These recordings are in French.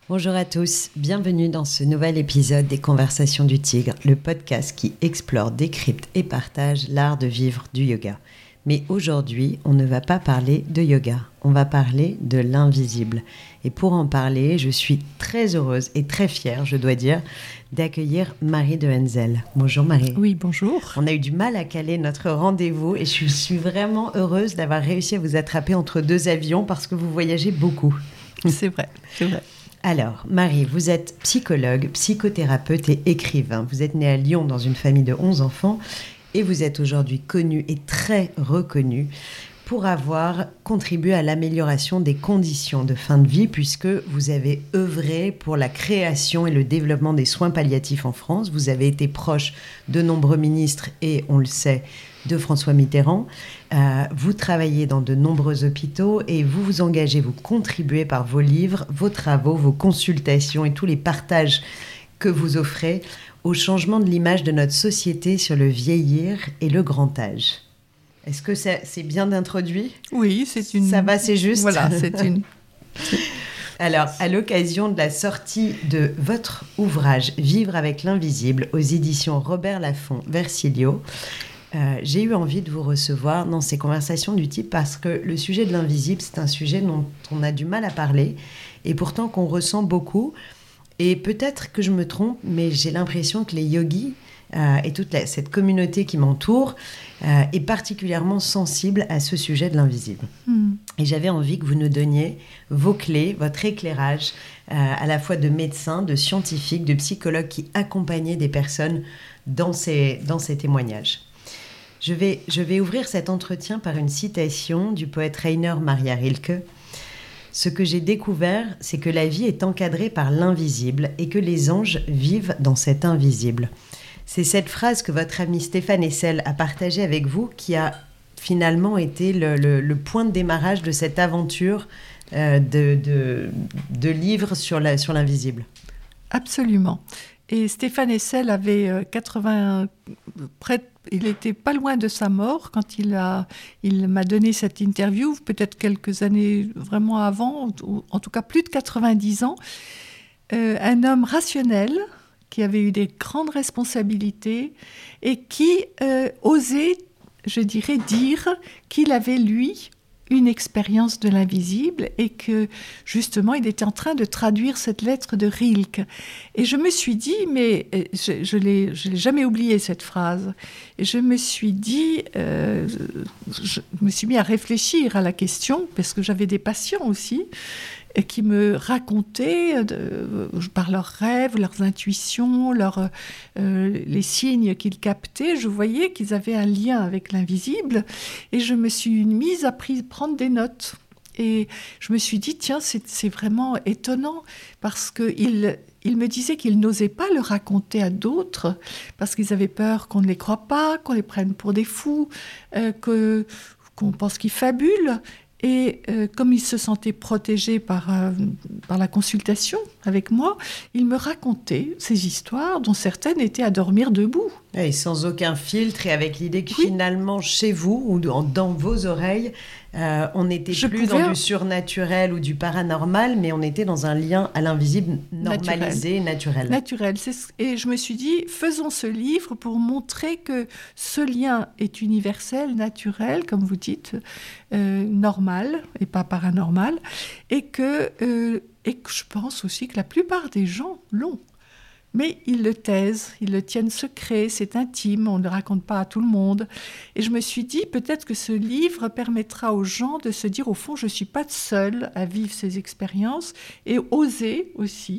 Bonjour à tous, bienvenue dans ce nouvel épisode des Conversations du Tigre, le podcast qui explore, décrypte et partage l'art de vivre du yoga. Mais aujourd'hui, on ne va pas parler de yoga, on va parler de l'invisible. Et pour en parler, je suis très heureuse et très fière, je dois dire, d'accueillir Marie de Henzel. Bonjour Marie. Oui, bonjour. On a eu du mal à caler notre rendez-vous et je suis vraiment heureuse d'avoir réussi à vous attraper entre deux avions parce que vous voyagez beaucoup. C'est vrai, c'est vrai. Alors, Marie, vous êtes psychologue, psychothérapeute et écrivain. Vous êtes née à Lyon dans une famille de 11 enfants et vous êtes aujourd'hui connue et très reconnue pour avoir contribué à l'amélioration des conditions de fin de vie puisque vous avez œuvré pour la création et le développement des soins palliatifs en France. Vous avez été proche de nombreux ministres et, on le sait, de François Mitterrand. Vous travaillez dans de nombreux hôpitaux et vous vous engagez, vous contribuez par vos livres, vos travaux, vos consultations et tous les partages que vous offrez au changement de l'image de notre société sur le vieillir et le grand âge. Est-ce que c'est bien d'introduire ? Oui, c'est une... Ça va, c'est juste ? Voilà, c'est une... Alors, à l'occasion de la sortie de votre ouvrage « Vivre avec l'invisible » aux éditions Robert Laffont Versilio, j'ai eu envie de vous recevoir dans ces conversations du type parce que le sujet de l'invisible, c'est un sujet dont on a du mal à parler et pourtant qu'on ressent beaucoup. Et peut-être que je me trompe, mais j'ai l'impression que les yogis et toute cette communauté qui m'entoure est particulièrement sensible à ce sujet de l'invisible. Et j'avais envie que vous nous donniez vos clés, votre éclairage, à la fois de médecins, de scientifiques, de psychologues qui accompagnaient des personnes dans ces témoignages. Je vais ouvrir cet entretien par une citation du poète Rainer Maria Rilke. « Ce que j'ai découvert, c'est que la vie est encadrée par l'invisible et que les anges vivent dans cet invisible. » C'est cette phrase que votre ami Stéphane Hessel a partagée avec vous qui a finalement été le point de démarrage de cette aventure de livres sur l'invisible. Absolument. Et Stéphane Hessel avait 80... Il était pas loin de sa mort quand il m'a donné cette interview, peut-être quelques années vraiment avant, ou en tout cas plus de 90 ans. Un homme rationnel qui avait eu des grandes responsabilités et qui osait, je dirais, dire qu'il avait, lui, une expérience de l'invisible et que, justement, il était en train de traduire cette lettre de Rilke. Et je me suis dit, mais je l'ai jamais oublié, cette phrase. Et je me suis dit, je me suis mis à réfléchir à la question, parce que j'avais des patients aussi, qui me racontaient par leurs rêves, leurs intuitions, les signes qu'ils captaient. Je voyais qu'ils avaient un lien avec l'invisible et je me suis mise à prendre des notes. Et je me suis dit, tiens, c'est vraiment étonnant parce qu'ils me disaient qu'ils n'osaient pas le raconter à d'autres parce qu'ils avaient peur qu'on ne les croie pas, qu'on les prenne pour des fous, qu'on pense qu'ils fabulent. Et comme il se sentait protégé par la consultation avec moi, il me racontait ces histoires dont certaines étaient à dormir debout. Et sans aucun filtre et avec l'idée que finalement, chez vous ou dans vos oreilles, on n'était plus dans du surnaturel ou du paranormal, mais on était dans un lien à l'invisible normalisé, naturel. Et je me suis dit, faisons ce livre pour montrer que ce lien est universel, naturel, comme vous dites, normal et pas paranormal, et que je pense aussi que la plupart des gens l'ont. Mais ils le taisent, ils le tiennent secret, c'est intime, on ne le raconte pas à tout le monde. Et je me suis dit, peut-être que ce livre permettra aux gens de se dire, au fond, je ne suis pas seule à vivre ces expériences, et oser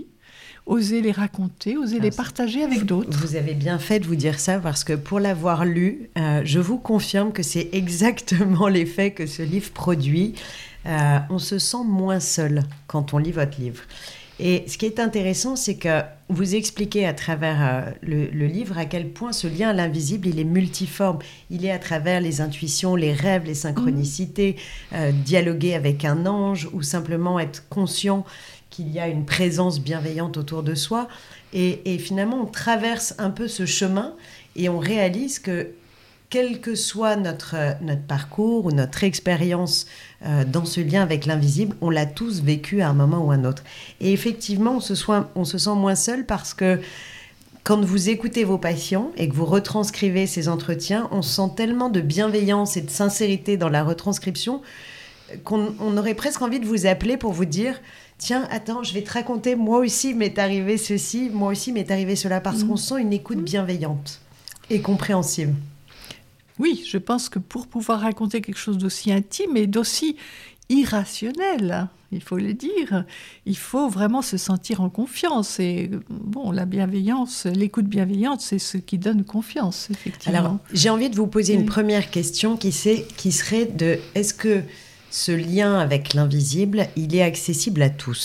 les raconter, les partager avec d'autres. Vous avez bien fait de vous dire ça, parce que pour l'avoir lu, je vous confirme que c'est exactement l'effet que ce livre produit. On se sent moins seul quand on lit votre livre. Et ce qui est intéressant, c'est que vous expliquez à travers le livre à quel point ce lien à l'invisible, il est multiforme. Il est à travers les intuitions, les rêves, les synchronicités, dialoguer avec un ange ou simplement être conscient qu'il y a une présence bienveillante autour de soi. Et finalement, on traverse un peu ce chemin et on réalise que quel que soit notre parcours ou notre expérience dans ce lien avec l'invisible, on l'a tous vécu à un moment ou un autre. Et effectivement, on se sent moins seul parce que quand vous écoutez vos patients et que vous retranscrivez ces entretiens, on sent tellement de bienveillance et de sincérité dans la retranscription qu'on aurait presque envie de vous appeler pour vous dire « Tiens, attends, je vais te raconter, moi aussi m'est arrivé ceci, moi aussi m'est arrivé cela », parce qu'on sent une écoute bienveillante et compréhensive. Oui, je pense que pour pouvoir raconter quelque chose d'aussi intime et d'aussi irrationnel, il faut le dire, il faut vraiment se sentir en confiance. Et bon, la bienveillance, l'écoute bienveillante, c'est ce qui donne confiance, effectivement. Alors, j'ai envie de vous poser une première question qui serait de est-ce que ce lien avec l'invisible, il est accessible à tous ?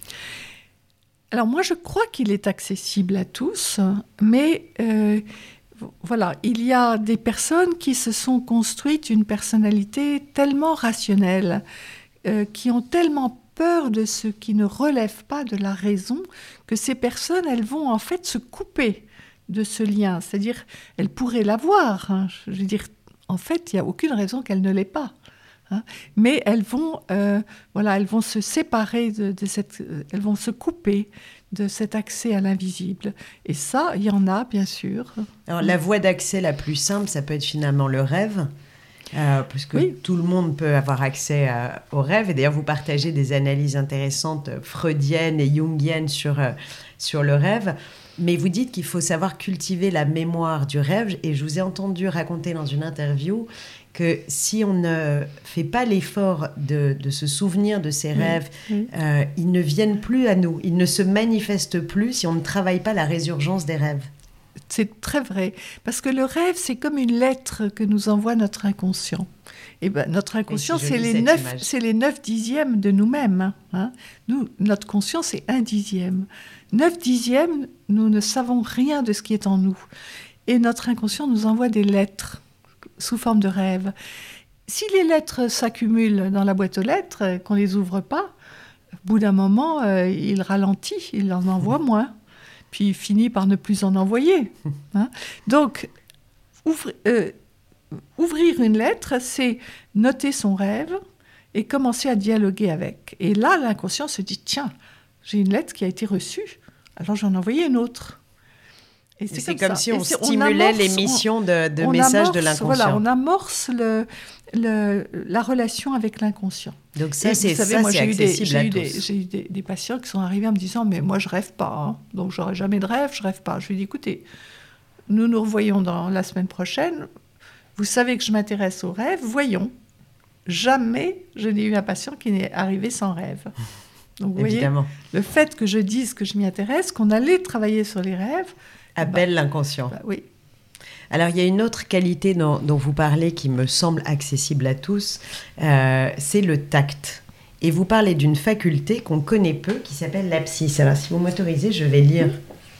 Alors moi, je crois qu'il est accessible à tous, mais voilà, il y a des personnes qui se sont construites une personnalité tellement rationnelle, qui ont tellement peur de ce qui ne relève pas de la raison, que ces personnes, elles vont en fait se couper de ce lien. C'est-à-dire, elles pourraient l'avoir. Hein. Je veux dire, en fait, il n'y a aucune raison qu'elles ne l'aient pas. Hein. Mais elles vont se séparer elles vont se couper de cet accès à l'invisible. Et ça, il y en a, bien sûr. Alors, la voie d'accès la plus simple, ça peut être finalement le rêve, puisque tout le monde peut avoir accès au rêve. Et d'ailleurs, vous partagez des analyses intéressantes freudiennes et jungiennes sur le rêve. Mais vous dites qu'il faut savoir cultiver la mémoire du rêve. Et je vous ai entendu raconter dans une interview que si on ne fait pas l'effort de se souvenir de ces rêves, ils ne viennent plus à nous. Ils ne se manifestent plus si on ne travaille pas la résurgence des rêves. C'est très vrai. Parce que le rêve, c'est comme une lettre que nous envoie notre inconscient. Et ben, notre inconscient, c'est les 9 dixièmes de nous-mêmes. Hein. Nous, notre conscient, c'est 1 dixième. 9 dixièmes, nous ne savons rien de ce qui est en nous. Et notre inconscient nous envoie des lettres sous forme de rêve. Si les lettres s'accumulent dans la boîte aux lettres, qu'on ne les ouvre pas, au bout d'un moment, il ralentit, il en envoie moins. Puis il finit par ne plus en envoyer. Hein. Donc, ouvrir une lettre, c'est noter son rêve et commencer à dialoguer avec. Et là, l'inconscient se dit, tiens, j'ai une lettre qui a été reçue, alors j'en ai envoyé une autre. Et c'est comme si on stimulait l'émission de messages de l'inconscient. Voilà, on amorce la relation avec l'inconscient. Donc ça, c'est accessible à tous. J'ai eu des patients qui sont arrivés en me disant « Mais moi, je rêve pas, hein, donc j'aurai jamais de rêve, je rêve pas. » Je lui ai dit « Écoutez, nous nous revoyons dans la semaine prochaine. Vous savez que je m'intéresse aux rêves, voyons. Jamais je n'ai eu un patient qui n'est arrivé sans rêve. » Donc vous voyez, le fait que je dise que je m'y intéresse, qu'on allait travailler sur les rêves, appelle l'inconscient. Oui. Alors, il y a une autre qualité dont vous parlez qui me semble accessible à tous, c'est le tact. Et vous parlez d'une faculté qu'on connaît peu, qui s'appelle l'abscisse. Alors, si vous m'autorisez, je vais lire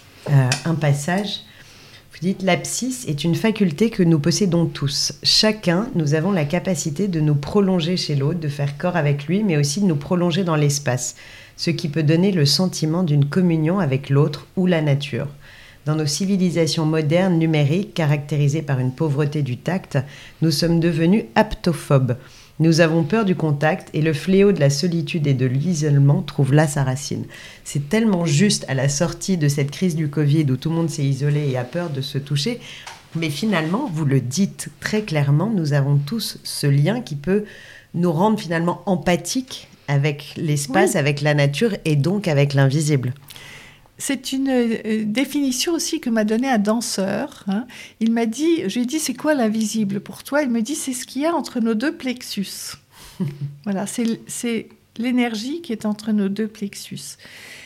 un passage. Vous dites « L'abscisse est une faculté que nous possédons tous. Chacun, nous avons la capacité de nous prolonger chez l'autre, de faire corps avec lui, mais aussi de nous prolonger dans l'espace, ce qui peut donner le sentiment d'une communion avec l'autre ou la nature. » Dans nos civilisations modernes, numériques, caractérisées par une pauvreté du tact, nous sommes devenus aptophobes. Nous avons peur du contact et le fléau de la solitude et de l'isolement trouve là sa racine. C'est tellement juste à la sortie de cette crise du Covid où tout le monde s'est isolé et a peur de se toucher. Mais finalement, vous le dites très clairement, nous avons tous ce lien qui peut nous rendre finalement empathiques avec l'espace, avec la nature et donc avec l'invisible. C'est une définition aussi que m'a donnée un danseur. Hein. Il m'a dit, je lui ai dit, c'est quoi l'invisible pour toi ? Il me dit, c'est ce qu'il y a entre nos 2 plexus. Voilà, c'est l'énergie qui est entre nos 2 plexus.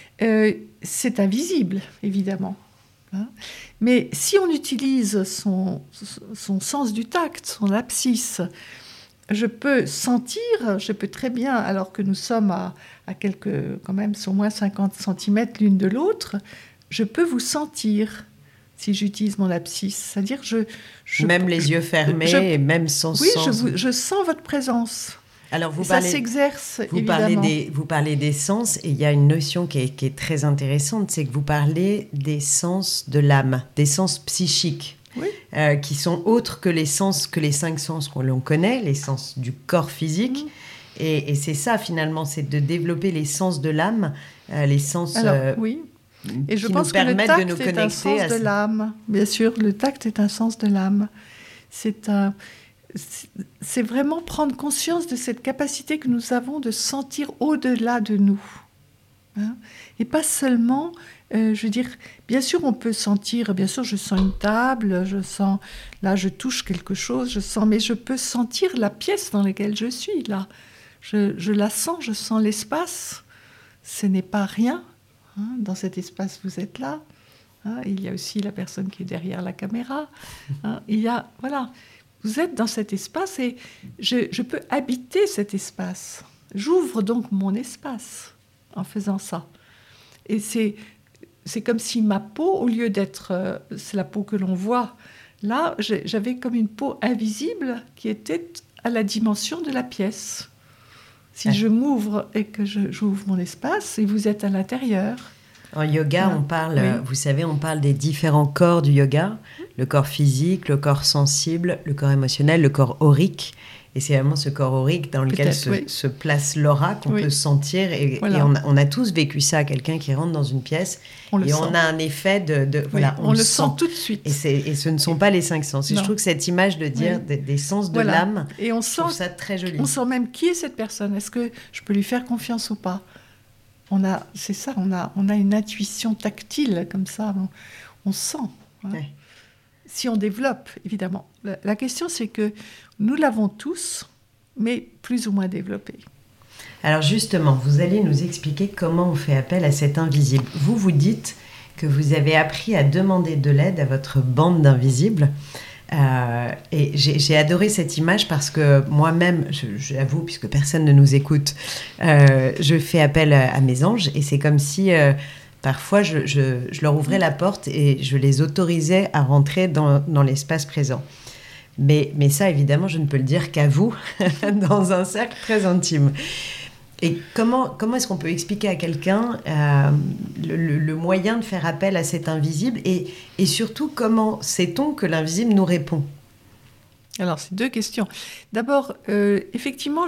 C'est invisible, évidemment. Hein. Mais si on utilise son sens du tact, son abscisse, je peux sentir, je peux très bien, alors que nous sommes à quelques, quand même, sur moins 50 cm l'une de l'autre, je peux vous sentir si j'utilise mon abscisse. C'est-à-dire, même les yeux fermés et même sans sens. Oui, je sens votre présence. Alors ça s'exerce, évidemment. Vous parlez des sens, et il y a une notion qui est très intéressante, c'est que vous parlez des sens de l'âme, des sens psychiques Oui. Qui sont autres que les cinq sens qu'on l'on connaît, les sens du corps physique. Et c'est ça, finalement, c'est de développer les sens de l'âme, les sens oui. Et je qui pense nous que le permettent de nous tact est connecter un sens de l'âme. Bien sûr, le tact est un sens de l'âme. C'est vraiment prendre conscience de cette capacité que nous avons de sentir au-delà de nous. Hein, et pas seulement, je veux dire, bien sûr on peut sentir, bien sûr je sens une table, là je touche quelque chose, mais je peux sentir la pièce dans laquelle je suis, là. Je la sens, je sens l'espace. Ce n'est pas rien. Hein, dans cet espace, vous êtes là. Hein, il y a aussi la personne qui est derrière la caméra. Hein, voilà. Vous êtes dans cet espace et je peux habiter cet espace. J'ouvre donc mon espace en faisant ça. Et c'est comme si ma peau, au lieu d'être... c'est la peau que l'on voit. Là, j'avais comme une peau invisible qui était à la dimension de la pièce. Si je m'ouvre et que j'ouvre mon espace, et vous êtes à l'intérieur. En yoga, on parle, vous savez, on parle des différents corps du yoga. Le corps physique, le corps sensible, le corps émotionnel, le corps aurique. Et c'est vraiment ce corps aurique dans lequel se place l'aura qu'on peut sentir. Et on a tous vécu ça, quelqu'un qui rentre dans une pièce on a un effet on le sent tout de suite. Et ce ne sont pas les cinq sens. Et je trouve que cette image de dire des sens de l'âme, et je trouve ça très joli. On sent même qui est cette personne. Est-ce que je peux lui faire confiance ou pas ? C'est ça, on a une intuition tactile comme ça. On sent. Hein. Ouais. Si on développe, évidemment. La question, c'est que nous l'avons tous, mais plus ou moins développé. Alors justement, vous allez nous expliquer comment on fait appel à cet invisible. Vous dites que vous avez appris à demander de l'aide à votre bande d'invisibles. Et j'ai adoré cette image parce que moi-même, j'avoue, puisque personne ne nous écoute, je fais appel à mes anges et c'est comme si... parfois, je leur ouvrais la porte et je les autorisais à rentrer dans l'espace présent. Mais ça, évidemment, je ne peux le dire qu'à vous, dans un cercle très intime. Et comment est-ce qu'on peut expliquer à quelqu'un le moyen de faire appel à cet invisible et surtout, comment sait-on que l'invisible nous répond ? Alors, c'est deux questions. D'abord, effectivement,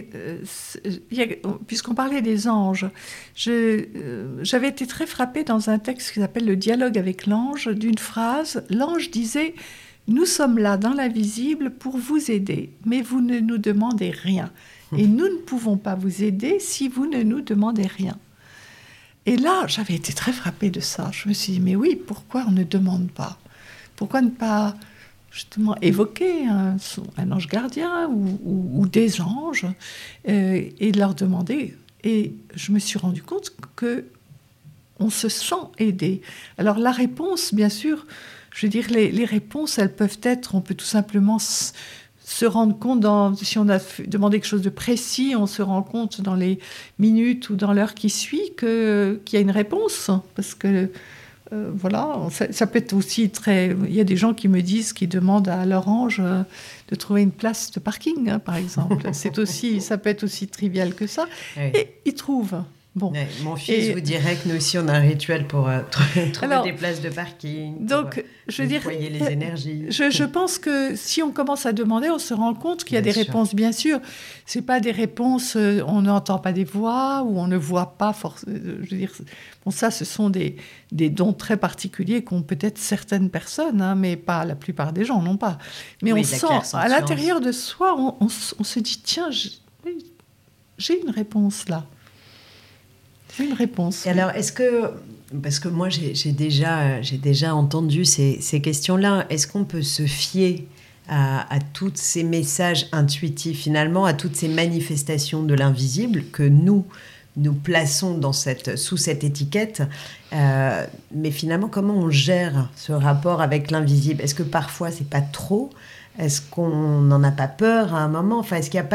puisqu'on parlait des anges, j'avais été très frappée dans un texte qui s'appelle « Le dialogue avec l'ange » d'une phrase. L'ange disait « Nous sommes là dans l'invisible pour vous aider, mais vous ne nous demandez rien. Et nous ne pouvons pas vous aider si vous ne nous demandez rien. » Et là, j'avais été très frappée de ça. Je me suis dit « Mais oui, pourquoi on ne demande pas ? Pourquoi ne pas... » justement évoquer un ange gardien ou des anges et leur demander. Et je me suis rendu compte qu'on se sent aidé. Alors la réponse, bien sûr, je veux dire, les réponses, elles peuvent être, on peut tout simplement se rendre compte, si on a demandé quelque chose de précis, on se rend compte dans les minutes ou dans l'heure qui suit qu'il y a une réponse, parce que voilà, ça peut être aussi très... Il y a des gens qui me disent, qui demandent à leur ange de trouver une place de parking, hein, par exemple. Ça peut être aussi trivial que ça. Oui. Et ils trouvent. Bon. Ouais, mon fils vous dirait que nous aussi, on a un rituel pour trouver des places de parking, donc, je nettoyer les énergies. Je pense que si on commence à demander, on se rend compte qu'il y a des réponses, bien sûr. Ce n'est pas des réponses, on n'entend pas des voix ou on ne voit pas forcément. Je veux dire, bon, ça, ce sont des dons très particuliers qu'ont peut-être certaines personnes, hein, mais pas la plupart des gens, non pas. Mais on sent, à l'intérieur de soi, on se dit, tiens, j'ai une réponse là. J'ai une réponse. Et alors, est-ce que, parce que moi j'ai déjà entendu ces questions-là, est-ce qu'on peut se fier à tous ces messages intuitifs finalement, à toutes ces manifestations de l'invisible que nous plaçons sous cette étiquette, mais finalement comment on gère ce rapport avec l'invisible ? Est-ce que parfois c'est pas trop ? Est-ce qu'on n'en a pas peur à un moment ? Enfin, est-ce qu'il n'y a pas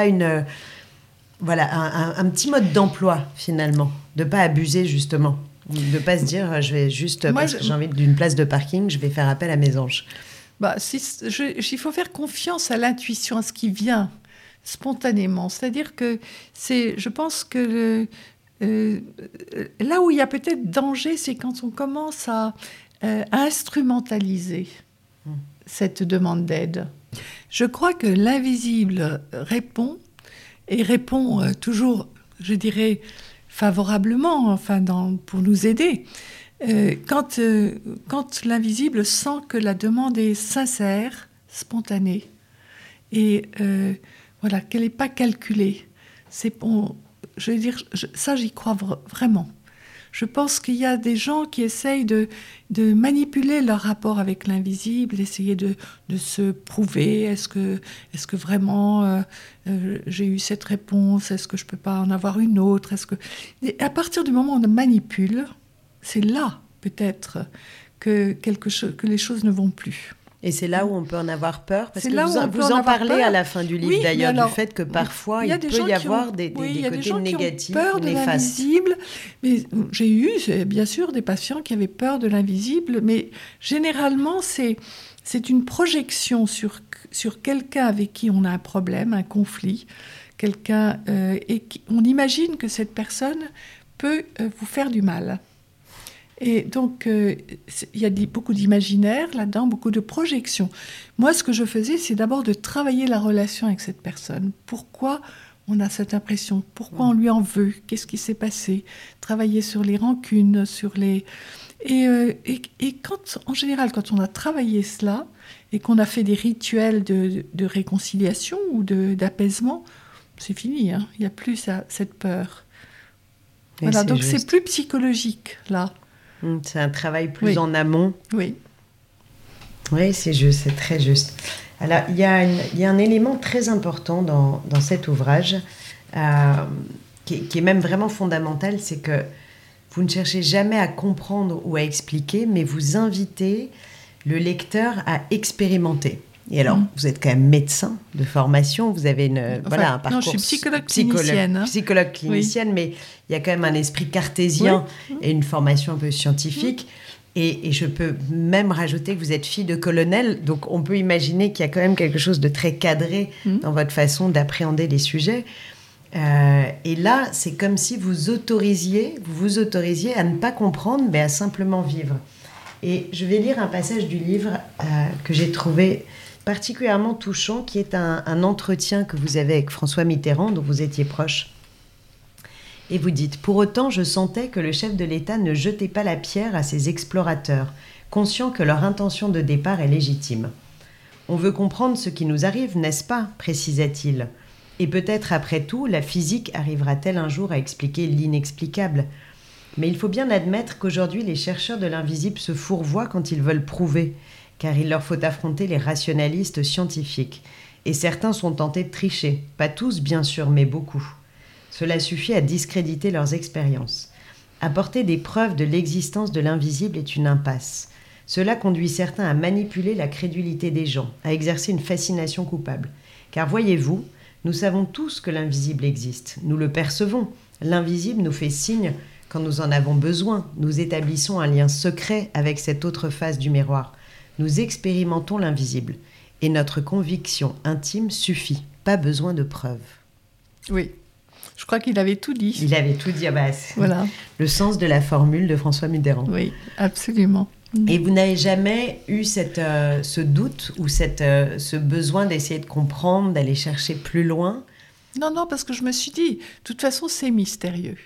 un petit mode d'emploi finalement, de ne pas abuser justement, de ne pas se dire je vais juste, parce que j'ai envie d'une place de parking, je vais faire appel à mes anges. Il faut faire confiance à l'intuition, à ce qui vient spontanément. C'est-à-dire que je pense que là où il y a peut-être danger, c'est quand on commence à instrumentaliser. cette demande d'aide. Je crois que l'invisible répond, et répond toujours, je dirais, favorablement, enfin, pour nous aider. Quand l'invisible sent que la demande est sincère, spontanée, et voilà, qu'elle n'est pas calculée. Je veux dire, ça, j'y crois vraiment. Je pense qu'il y a des gens qui essayent de manipuler leur rapport avec l'invisible, essayer de se prouver. Est-ce que vraiment j'ai eu cette réponse? Est-ce que je ne peux pas en avoir une autre? Et à partir du moment où on manipule, c'est là peut-être que les choses ne vont plus. Et c'est là où on peut en avoir peur, parce que vous en parlez à la fin du livre, d'ailleurs, du fait que parfois il peut y avoir des côtés négatifs, peur de l'invisible. Mais j'ai eu, bien sûr, des patients qui avaient peur de l'invisible, mais généralement, c'est une projection sur quelqu'un avec qui on a un problème, un conflit, quelqu'un, et on imagine que cette personne peut vous faire du mal. Et donc, il y a beaucoup d'imaginaire là-dedans, beaucoup de projections. Moi, ce que je faisais, c'est d'abord de travailler la relation avec cette personne. Pourquoi on a cette impression? Pourquoi on lui en veut? Qu'est-ce qui s'est passé? Travailler sur les rancunes, Et en général, quand on a travaillé cela, et qu'on a fait des rituels de réconciliation ou d'apaisement, c'est fini, hein. Il n'y a plus cette peur. Voilà, donc c'est plus psychologique, là. C'est un travail plus en amont. Oui. Oui, c'est juste, c'est très juste. Alors, il y a un élément très important dans cet ouvrage qui est même vraiment fondamental, c'est que vous ne cherchez jamais à comprendre ou à expliquer, mais vous invitez le lecteur à expérimenter. Et alors, vous êtes quand même médecin de formation, vous avez un parcours... Non, je suis psychologue clinicienne. Psychologue clinicienne, mais il y a quand même un esprit cartésien et une formation un peu scientifique. Et je peux même rajouter que vous êtes fille de colonel, donc on peut imaginer qu'il y a quand même quelque chose de très cadré dans votre façon d'appréhender les sujets. Et là, c'est comme si vous vous autorisiez à ne pas comprendre, mais à simplement vivre. Et je vais lire un passage du livre que j'ai trouvé particulièrement touchant, qui est un entretien que vous avez avec François Mitterrand, dont vous étiez proche. Et vous dites « Pour autant, je sentais que le chef de l'État ne jetait pas la pierre à ses explorateurs, conscient que leur intention de départ est légitime. On veut comprendre ce qui nous arrive, n'est-ce pas ?» précisait-il. « Et peut-être, après tout, la physique arrivera-t-elle un jour à expliquer l'inexplicable ? Mais il faut bien admettre qu'aujourd'hui, les chercheurs de l'invisible se fourvoient quand ils veulent prouver, car il leur faut affronter les rationalistes scientifiques. Et certains sont tentés de tricher, pas tous bien sûr, mais beaucoup. Cela suffit à discréditer leurs expériences. Apporter des preuves de l'existence de l'invisible est une impasse. Cela conduit certains à manipuler la crédulité des gens, à exercer une fascination coupable. Car voyez-vous, nous savons tous que l'invisible existe. Nous le percevons. L'invisible nous fait signe quand nous en avons besoin. Nous établissons un lien secret avec cette autre face du miroir. Nous expérimentons l'invisible. Et notre conviction intime suffit. Pas besoin de preuves. Oui. Je crois qu'il avait tout dit. Il avait tout dit. Voilà. Le sens de la formule de François Mitterrand. Oui, absolument. Et vous n'avez jamais eu ce doute ou ce besoin d'essayer de comprendre, d'aller chercher plus loin? Non, parce que je me suis dit, de toute façon, c'est mystérieux.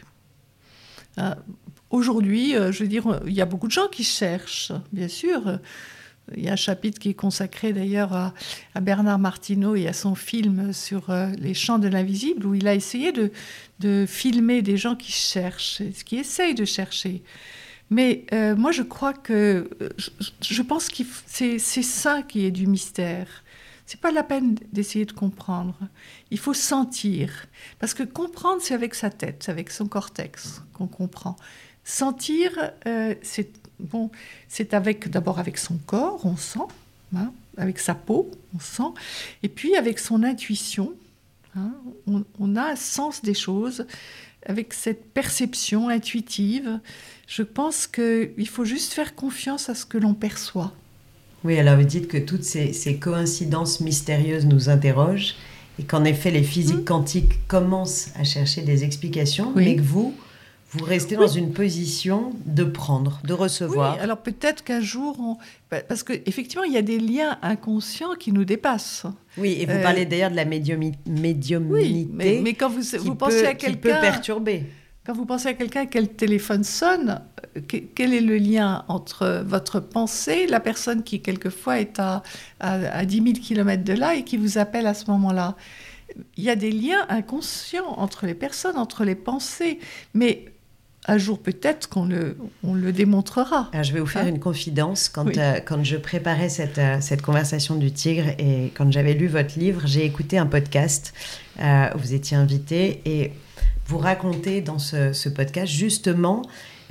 Aujourd'hui, je veux dire, il y a beaucoup de gens qui cherchent, bien sûr. Il y a un chapitre qui est consacré d'ailleurs à Bernard Martineau et à son film sur les champs de l'invisible, où il a essayé de filmer des gens qui cherchent, qui essayent de chercher. Mais moi, je crois que... Je pense que c'est ça qui est du mystère. C'est pas la peine d'essayer de comprendre. Il faut sentir. Parce que comprendre, c'est avec sa tête, c'est avec son cortex qu'on comprend. Sentir, c'est d'abord avec son corps, on sent, hein, avec sa peau, on sent, et puis avec son intuition, hein, on a un sens des choses, avec cette perception intuitive. Je pense qu'il faut juste faire confiance à ce que l'on perçoit. Oui, alors vous dites que toutes ces coïncidences mystérieuses nous interrogent, et qu'en effet les physiques quantiques commencent à chercher des explications, mais que vous Vous restez dans une position de prendre, de recevoir. Oui, alors peut-être qu'un jour, parce qu'effectivement, il y a des liens inconscients qui nous dépassent. Oui, et vous parlez d'ailleurs de la médiumnité. Oui, mais quand vous pensez à quelqu'un... Qui peut perturber. Quand vous pensez à quelqu'un, quel téléphone sonne, quel est le lien entre votre pensée, la personne qui quelquefois est à 10 000 km de là et qui vous appelle à ce moment-là? Il y a des liens inconscients entre les personnes, entre les pensées, mais un jour peut-être qu'on le démontrera. Alors, je vais vous faire une confidence. Quand je préparais cette conversation du tigre et quand j'avais lu votre livre, j'ai écouté un podcast où vous étiez invité et vous racontez dans ce podcast justement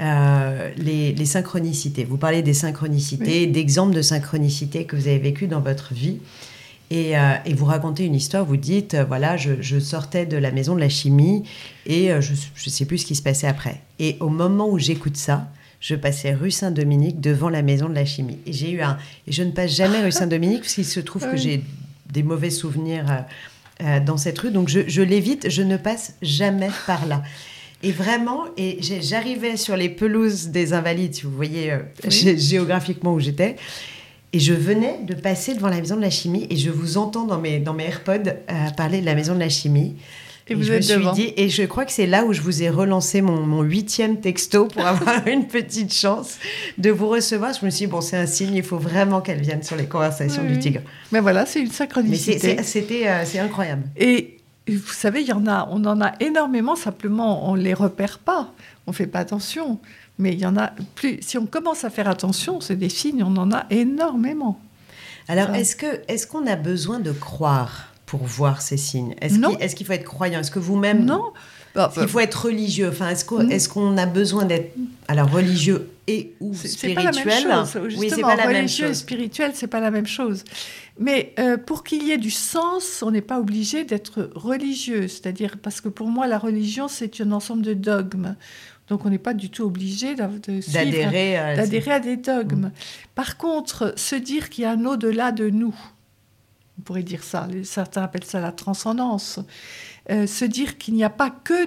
les synchronicités. Vous parlez des synchronicités, d'exemples de synchronicités que vous avez vécues dans votre vie. Et vous racontez une histoire, vous dites, voilà, je sortais de la maison de la chimie et je ne sais plus ce qui se passait après. Et au moment où j'écoute ça, je passais rue Saint-Dominique devant la maison de la chimie. Et je ne passe jamais rue Saint-Dominique parce qu'il se trouve que j'ai des mauvais souvenirs dans cette rue. Donc je l'évite, je ne passe jamais par là. Et vraiment, j'arrivais sur les pelouses des Invalides, si vous voyez géographiquement où j'étais. Et je venais de passer devant la maison de la chimie et je vous entends dans mes AirPods parler de la maison de la chimie. Et vous je êtes me devant. suis dit, et je crois que c'est là où je vous ai relancé mon 8e texto pour avoir une petite chance de vous recevoir. Je me suis dit, bon, c'est un signe, il faut vraiment qu'elle vienne sur les conversations du tigre. Mais voilà, c'est une synchronicité. Mais c'est incroyable. Et vous savez, on en a énormément, simplement on ne les repère pas, on ne fait pas attention. Mais il y en a plus. Si on commence à faire attention, c'est des signes, on en a énormément. Alors, est-ce qu'on a besoin de croire pour voir ces signes? Est-ce qu'il faut être croyant? Est-ce que vous-même... Non. Il faut être religieux. Enfin, est-ce qu'on a besoin d'être religieux et ou spirituel? C'est pas la même chose. Oui, c'est pas la même religieux chose. Et spirituel, c'est pas la même chose. Mais pour qu'il y ait du sens, on n'est pas obligé d'être religieux. C'est-à-dire, parce que pour moi, la religion, c'est un ensemble de dogmes. Donc, on n'est pas du tout obligé d'adhérer à des dogmes. Par contre, se dire qu'il y a un au-delà de nous, on pourrait dire ça, certains appellent ça la transcendance, se dire qu'il n'y a pas que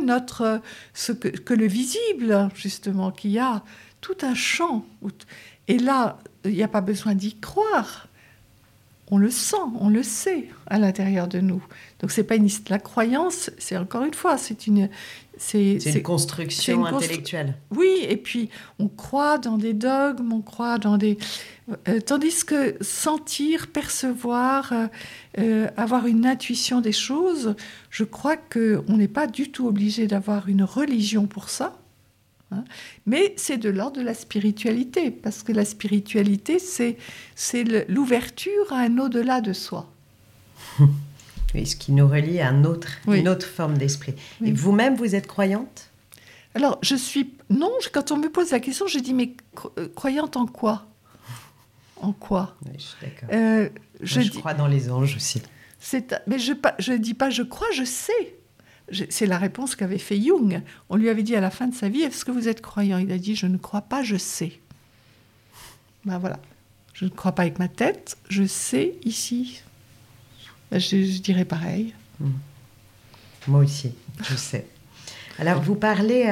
que le visible, justement, qu'il y a tout un champ. Et là, il n'y a pas besoin d'y croire. On le sent, on le sait à l'intérieur de nous. Donc, c'est pas la croyance, c'est encore une fois, c'est une construction intellectuelle. Oui, et puis on croit dans des dogmes, on croit dans des... tandis que sentir, percevoir, avoir une intuition des choses, je crois qu'on n'est pas du tout obligé d'avoir une religion pour ça. Hein, mais c'est de l'ordre de la spiritualité, parce que la spiritualité, c'est l'ouverture à un au-delà de soi. Oui, ce qui nous relie à une autre forme d'esprit. Oui. Et vous-même, vous êtes croyante? Alors, non, quand on me pose la question, je dis, mais croyante en quoi? En quoi? Oui, je suis d'accord. Je crois dans les anges aussi. Mais je ne dis pas je crois, je sais. C'est la réponse qu'avait fait Jung. On lui avait dit à la fin de sa vie, est-ce que vous êtes croyant? Il a dit, je ne crois pas, je sais. Ben voilà. Je ne crois pas avec ma tête, je sais ici. Je dirais pareil. Moi aussi, je sais. Alors, vous parlez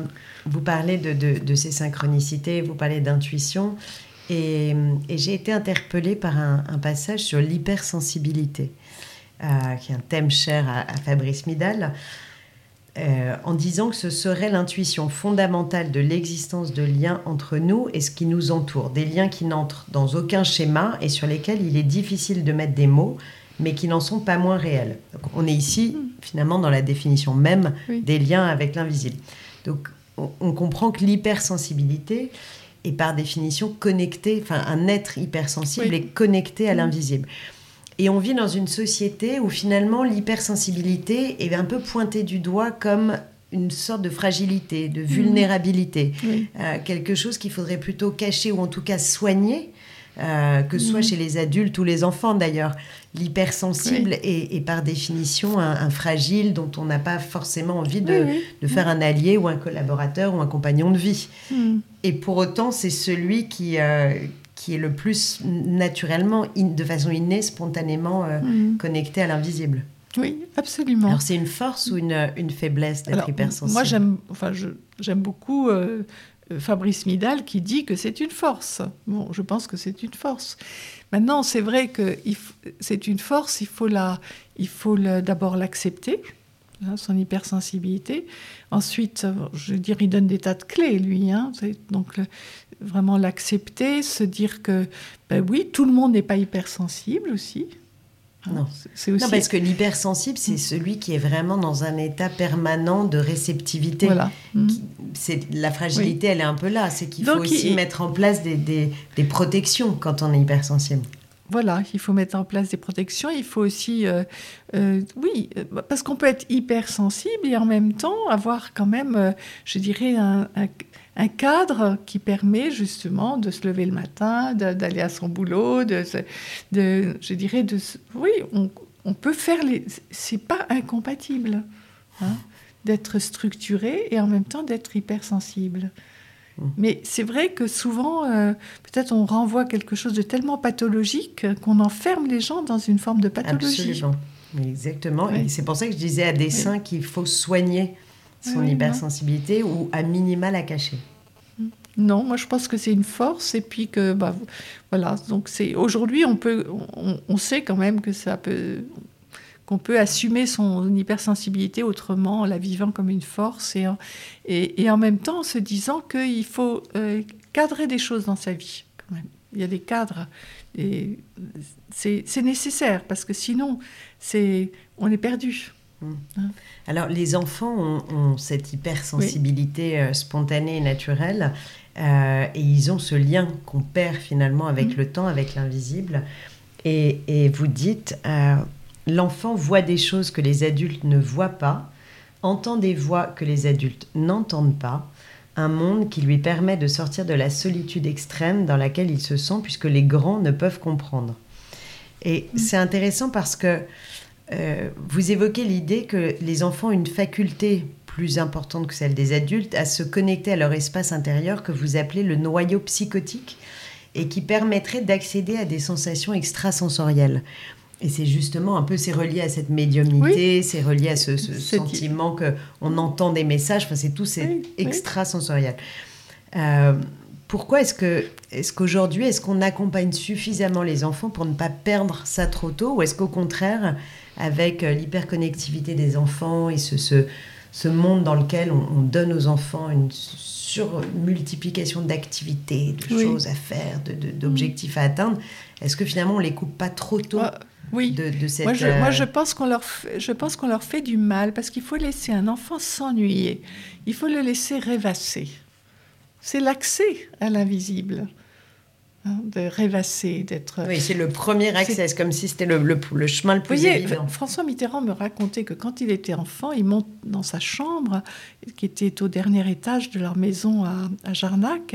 de ces synchronicités, vous parlez d'intuition, et j'ai été interpellée par un passage sur l'hypersensibilité, qui est un thème cher à Fabrice Midal, en disant que ce serait l'intuition fondamentale de l'existence de liens entre nous et ce qui nous entoure, des liens qui n'entrent dans aucun schéma et sur lesquels il est difficile de mettre des mots, mais qui n'en sont pas moins réels. Donc, on est ici, finalement, dans la définition même des liens avec l'invisible. Donc, on comprend que l'hypersensibilité est par définition connectée, enfin, un être hypersensible est connecté à l'invisible. Et on vit dans une société où, finalement, l'hypersensibilité est un peu pointée du doigt comme une sorte de fragilité, de vulnérabilité, quelque chose qu'il faudrait plutôt cacher ou en tout cas soigner, que ce soit chez les adultes ou les enfants d'ailleurs. L'hypersensible est par définition un fragile dont on n'a pas forcément envie de faire un allié ou un collaborateur ou un compagnon de vie. Et pour autant, c'est celui qui est le plus naturellement, de façon innée, spontanément connecté à l'invisible. Oui, absolument. Alors, c'est une force ou une faiblesse d'être hypersensible? Moi, j'aime beaucoup Fabrice Midal qui dit que c'est une force. Bon, je pense que c'est une force. Maintenant, c'est vrai que c'est une force, il faut d'abord l'accepter, hein, son hypersensibilité. Ensuite, je veux dire, il donne des tas de clés, lui. Hein, donc, vraiment l'accepter, se dire que, ben oui, tout le monde n'est pas hypersensible aussi. Non. C'est aussi... non, parce que l'hypersensible, c'est celui qui est vraiment dans un état permanent de réceptivité. Voilà. La fragilité, elle est un peu là. C'est qu'il faut aussi mettre en place des protections quand on est hypersensible. Voilà, il faut mettre en place des protections. Il faut aussi... oui, parce qu'on peut être hypersensible et en même temps avoir quand même, je dirais, un cadre qui permet justement de se lever le matin, d'aller à son boulot, je dirais, oui, on peut faire c'est pas incompatible, hein, d'être structuré et en même temps d'être hypersensible. Mais c'est vrai que souvent, peut-être on renvoie quelque chose de tellement pathologique qu'on enferme les gens dans une forme de pathologie. Absolument, exactement. Oui. Et c'est pour ça que je disais à dessein qu'il faut soigner son hypersensibilité ou à minima la cacher. Non, moi je pense que c'est une force et puis que voilà. Donc aujourd'hui on sait quand même que qu'on peut assumer son hypersensibilité autrement, en la vivant comme une force et en même temps en se disant qu'il faut cadrer des choses dans sa vie quand même. Il y a des cadres et c'est nécessaire parce que sinon on est perdu. Alors, les enfants ont cette hypersensibilité spontanée et naturelle et ils ont ce lien qu'on perd finalement avec le temps, avec l'invisible. Et vous dites, l'enfant voit des choses que les adultes ne voient pas, entend des voix que les adultes n'entendent pas, un monde qui lui permet de sortir de la solitude extrême dans laquelle il se sent puisque les grands ne peuvent comprendre. Et c'est intéressant parce que vous évoquez l'idée que les enfants ont une faculté plus importante que celle des adultes à se connecter à leur espace intérieur que vous appelez le noyau psychotique et qui permettrait d'accéder à des sensations extrasensorielles. Et c'est justement un peu, c'est relié à cette médiumnité, c'est relié à ce sentiment qu'on entend des messages, enfin c'est tout, c'est extrasensoriel. Pourquoi est-ce qu'aujourd'hui, est-ce qu'on accompagne suffisamment les enfants pour ne pas perdre ça trop tôt, ou est-ce qu'au contraire, avec l'hyperconnectivité des enfants et ce monde dans lequel on donne aux enfants une surmultiplication d'activités, de choses à faire, d'objectifs à atteindre, est-ce que finalement on les coupe pas trop tôt de cette... Moi, je pense qu'on leur fait du mal parce qu'il faut laisser un enfant s'ennuyer. Il faut le laisser rêvasser. C'est l'accès à l'invisible, hein, de rêvasser, d'être... Oui, c'est le premier accès, c'est comme si c'était le chemin le plus évident. François Mitterrand me racontait que quand il était enfant, il monte dans sa chambre, qui était au dernier étage de leur maison à Jarnac.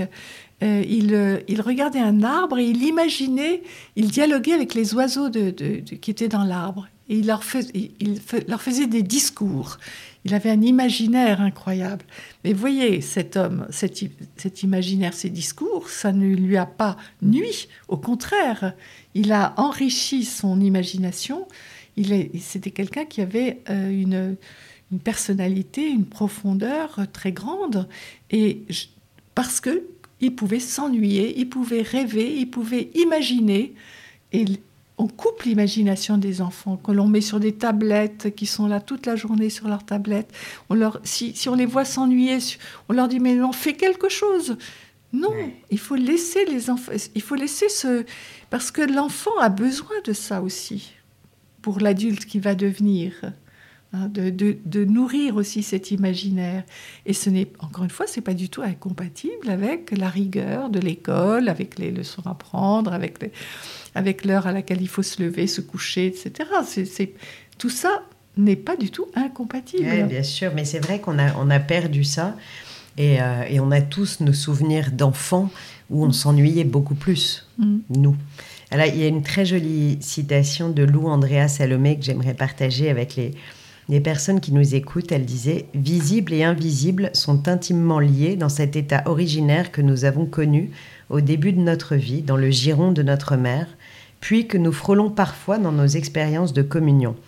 Il regardait un arbre et il dialoguait avec les oiseaux qui étaient dans l'arbre. Et il leur faisait des discours. Il avait un imaginaire incroyable. Mais voyez, cet homme, cet imaginaire, ces discours, ça ne lui a pas nui. Au contraire, il a enrichi son imagination. C'était quelqu'un qui avait une personnalité, une profondeur très grande. Et parce qu'il pouvait s'ennuyer, il pouvait rêver, il pouvait imaginer. Et on coupe l'imagination des enfants, que l'on met sur des tablettes, qui sont là toute la journée sur leurs tablettes. Si on les voit s'ennuyer, on leur dit « mais on fait quelque chose ». Non, il faut laisser les enfants... Il faut laisser parce que l'enfant a besoin de ça aussi, pour l'adulte qui va devenir, hein, de nourrir aussi cet imaginaire. Et encore une fois, ce n'est pas du tout incompatible avec la rigueur de l'école, avec les leçons à prendre, avec l'heure à laquelle il faut se lever, se coucher, etc. Tout ça n'est pas du tout incompatible. Oui, bien sûr, mais c'est vrai qu'on a perdu ça. Et on a tous nos souvenirs d'enfants où on s'ennuyait beaucoup plus, nous. Alors, il y a une très jolie citation de Lou Andrea Salomé que j'aimerais partager avec les personnes qui nous écoutent. Elle disait « Visible et invisible sont intimement liés dans cet état originaire que nous avons connu au début de notre vie, dans le giron de notre mère, puis que nous frôlons parfois dans nos expériences de communion.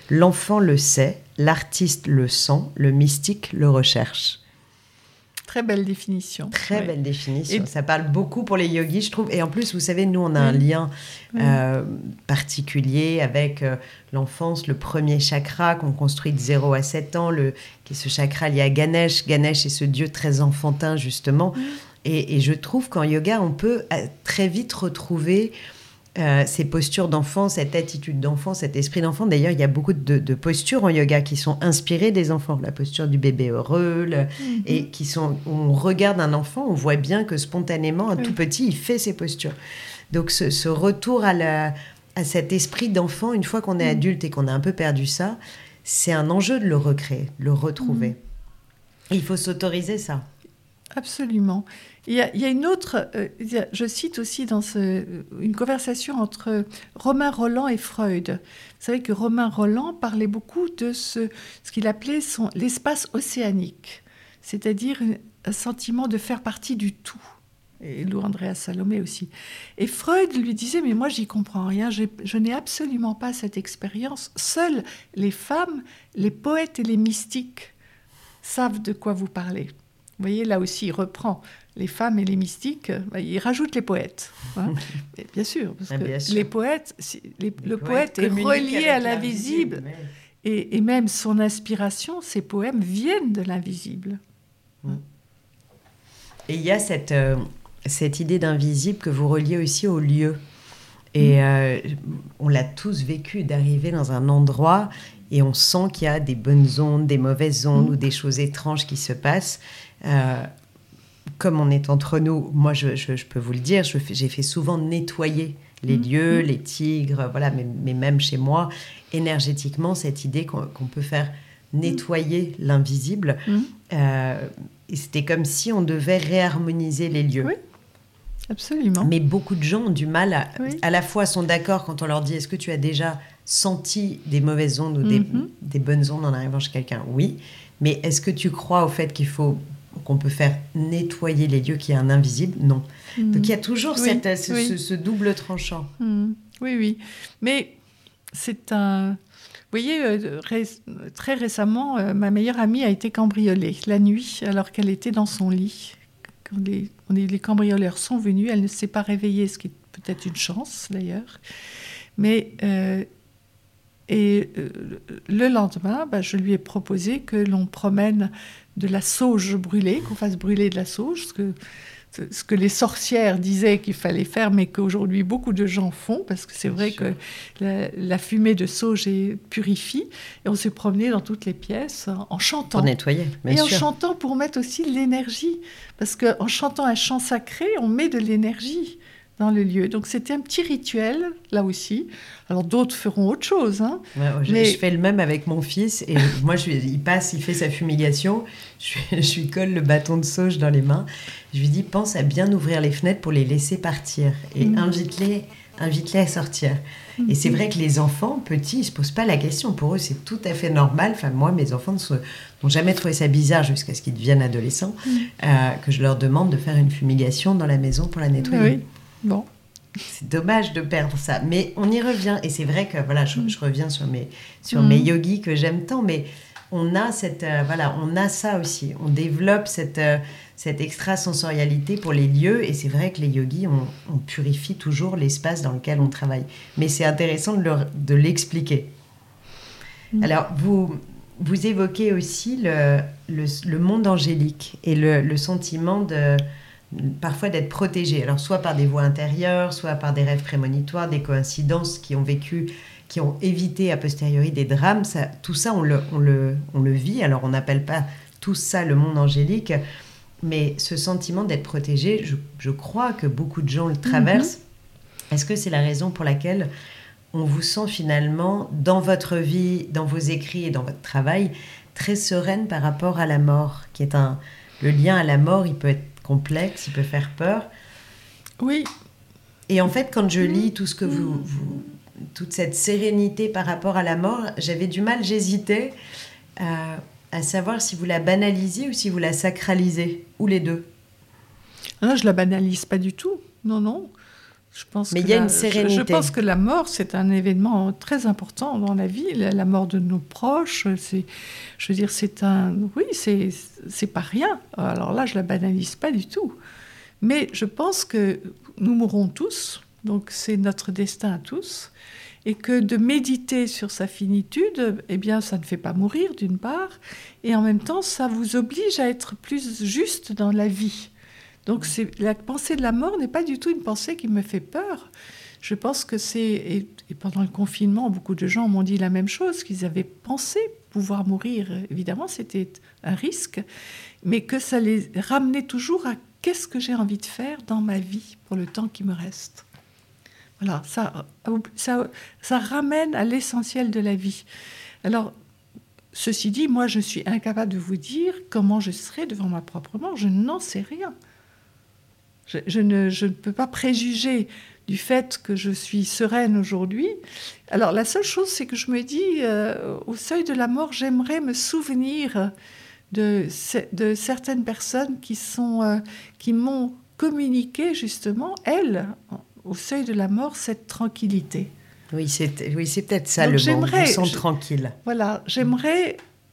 L'enfant le sait, l'artiste le sent, le mystique le recherche. Très belle définition. Très belle définition. Ça parle beaucoup pour les yogis, je trouve. Et en plus, vous savez, nous, on a un lien particulier avec l'enfance, le premier chakra qu'on construit de 0 à 7 ans, qui est ce chakra lié à Ganesh. Ganesh est ce dieu très enfantin, justement. Et je trouve qu'en yoga, on peut très vite retrouver ces postures d'enfant, cette attitude d'enfant, cet esprit d'enfant. D'ailleurs, il y a beaucoup de postures en yoga qui sont inspirées des enfants. La posture du bébé heureux, et qui sont, où on regarde un enfant, on voit bien que spontanément, un tout petit, il fait ces postures. Donc, ce retour à cet esprit d'enfant, une fois qu'on est adulte et qu'on a un peu perdu ça, c'est un enjeu de le recréer, de le retrouver. Et il faut s'autoriser ça. Absolument. Il y a une autre, je cite aussi dans une conversation entre Romain Rolland et Freud. Vous savez que Romain Rolland parlait beaucoup de ce qu'il appelait l'espace océanique, c'est-à-dire un sentiment de faire partie du tout. Et Lou Andréa Salomé aussi. Et Freud lui disait, mais moi, j'y comprends rien, je n'ai absolument pas cette expérience. Seules les femmes, les poètes et les mystiques savent de quoi vous parlez. Vous voyez, là aussi, il reprend les femmes et les mystiques, il rajoute les poètes. Hein. Bien sûr, parce que les poètes, le poète est relié à l'invisible. Et même son inspiration, ses poèmes viennent de l'invisible. Et il y a cette idée d'invisible que vous reliez aussi au lieu. Et on l'a tous vécu, d'arriver dans un endroit et on sent qu'il y a des bonnes ondes, des mauvaises ondes ou des choses étranges qui se passent. Comme on est entre nous, moi je peux vous le dire, j'ai fait souvent nettoyer les lieux, les tigres, voilà, mais même chez moi, énergétiquement, cette idée qu'on peut faire nettoyer l'invisible, et c'était comme si on devait réharmoniser les lieux. Oui, absolument. Mais beaucoup de gens ont du mal à la fois sont d'accord quand on leur dit, est-ce que tu as déjà senti des mauvaises ondes ou des bonnes ondes en arrivant chez quelqu'un? Oui, mais est-ce que tu crois au fait qu'on peut faire nettoyer les lieux, qu'il y a un invisible? Non. Donc il y a toujours ce double tranchant. Oui. Mais c'est un... Vous voyez, très récemment, ma meilleure amie a été cambriolée la nuit alors qu'elle était dans son lit. Quand les cambrioleurs sont venus, elle ne s'est pas réveillée, ce qui est peut-être une chance d'ailleurs. Mais... le lendemain, je lui ai proposé que l'on promène de la sauge brûlée, qu'on fasse brûler de la sauge, ce que les sorcières disaient qu'il fallait faire, mais qu'aujourd'hui beaucoup de gens font, parce que c'est vrai que la fumée de sauge purifie. Et on s'est promené dans toutes les pièces en chantant. Pour nettoyer, bien sûr. Et en chantant pour mettre aussi de l'énergie. Parce qu'en chantant un chant sacré, on met de l'énergie dans le lieu. Donc, c'était un petit rituel, là aussi. Alors, d'autres feront autre chose. Hein. Ouais, je fais le même avec mon fils. Et moi, il fait sa fumigation. Je lui colle le bâton de sauge dans les mains. Je lui dis, pense à bien ouvrir les fenêtres pour les laisser partir. Et invite-les à sortir. Et c'est vrai que les enfants, petits, ils ne se posent pas la question. Pour eux, c'est tout à fait normal. Enfin, moi, mes enfants n'ont jamais trouvé ça bizarre jusqu'à ce qu'ils deviennent adolescents, que je leur demande de faire une fumigation dans la maison pour la nettoyer. Oui. Bon. C'est dommage de perdre ça, mais on y revient. Et c'est vrai que je reviens sur mes yogis que j'aime tant, mais on a on a ça aussi. On développe cette extrasensorialité pour les lieux, et c'est vrai que les yogis, on purifie toujours l'espace dans lequel on travaille. Mais c'est intéressant de l'expliquer. Alors, vous évoquez aussi le monde angélique et le sentiment parfois d'être protégé, alors soit par des voix intérieures, soit par des rêves prémonitoires, des coïncidences qui ont évité a posteriori des drames. Tout ça, on le vit. Alors on n'appelle pas tout ça le monde angélique, mais ce sentiment d'être protégé, je crois que beaucoup de gens le traversent. Est-ce que c'est la raison pour laquelle on vous sent finalement, dans votre vie, dans vos écrits et dans votre travail, très sereine par rapport à la mort, qui est le lien à la mort, il peut être complexe, il peut faire peur. Oui. Et en fait, quand je lis tout ce que toute cette sérénité par rapport à la mort, j'avais du mal, j'hésitais à savoir si vous la banalisez ou si vous la sacralisez, ou les deux. Non, je la banalise pas du tout. Non. Mais il y a une sérénité. Je pense que la mort, c'est un événement très important dans la vie. La mort de nos proches, c'est pas rien. Alors là, je la banalise pas du tout. Mais je pense que nous mourrons tous, donc c'est notre destin à tous, et que de méditer sur sa finitude, eh bien, ça ne fait pas mourir, d'une part, et en même temps, ça vous oblige à être plus juste dans la vie. Donc la pensée de la mort n'est pas du tout une pensée qui me fait peur. Je pense que et pendant le confinement, beaucoup de gens m'ont dit la même chose, qu'ils avaient pensé pouvoir mourir. Évidemment, c'était un risque, mais que ça les ramenait toujours à qu'est-ce que j'ai envie de faire dans ma vie pour le temps qui me reste. Voilà, ça ramène à l'essentiel de la vie. Alors, ceci dit, moi, je suis incapable de vous dire comment je serai devant ma propre mort. Je n'en sais rien. Je ne peux pas préjuger du fait que je suis sereine aujourd'hui. Alors, la seule chose, c'est que je me dis, au seuil de la mort, j'aimerais me souvenir de certaines personnes qui m'ont communiqué, justement, elles, au seuil de la mort, cette tranquillité. Oui, c'est peut-être ça. Donc, le mot. Je me sens tranquille. Voilà, j'aimerais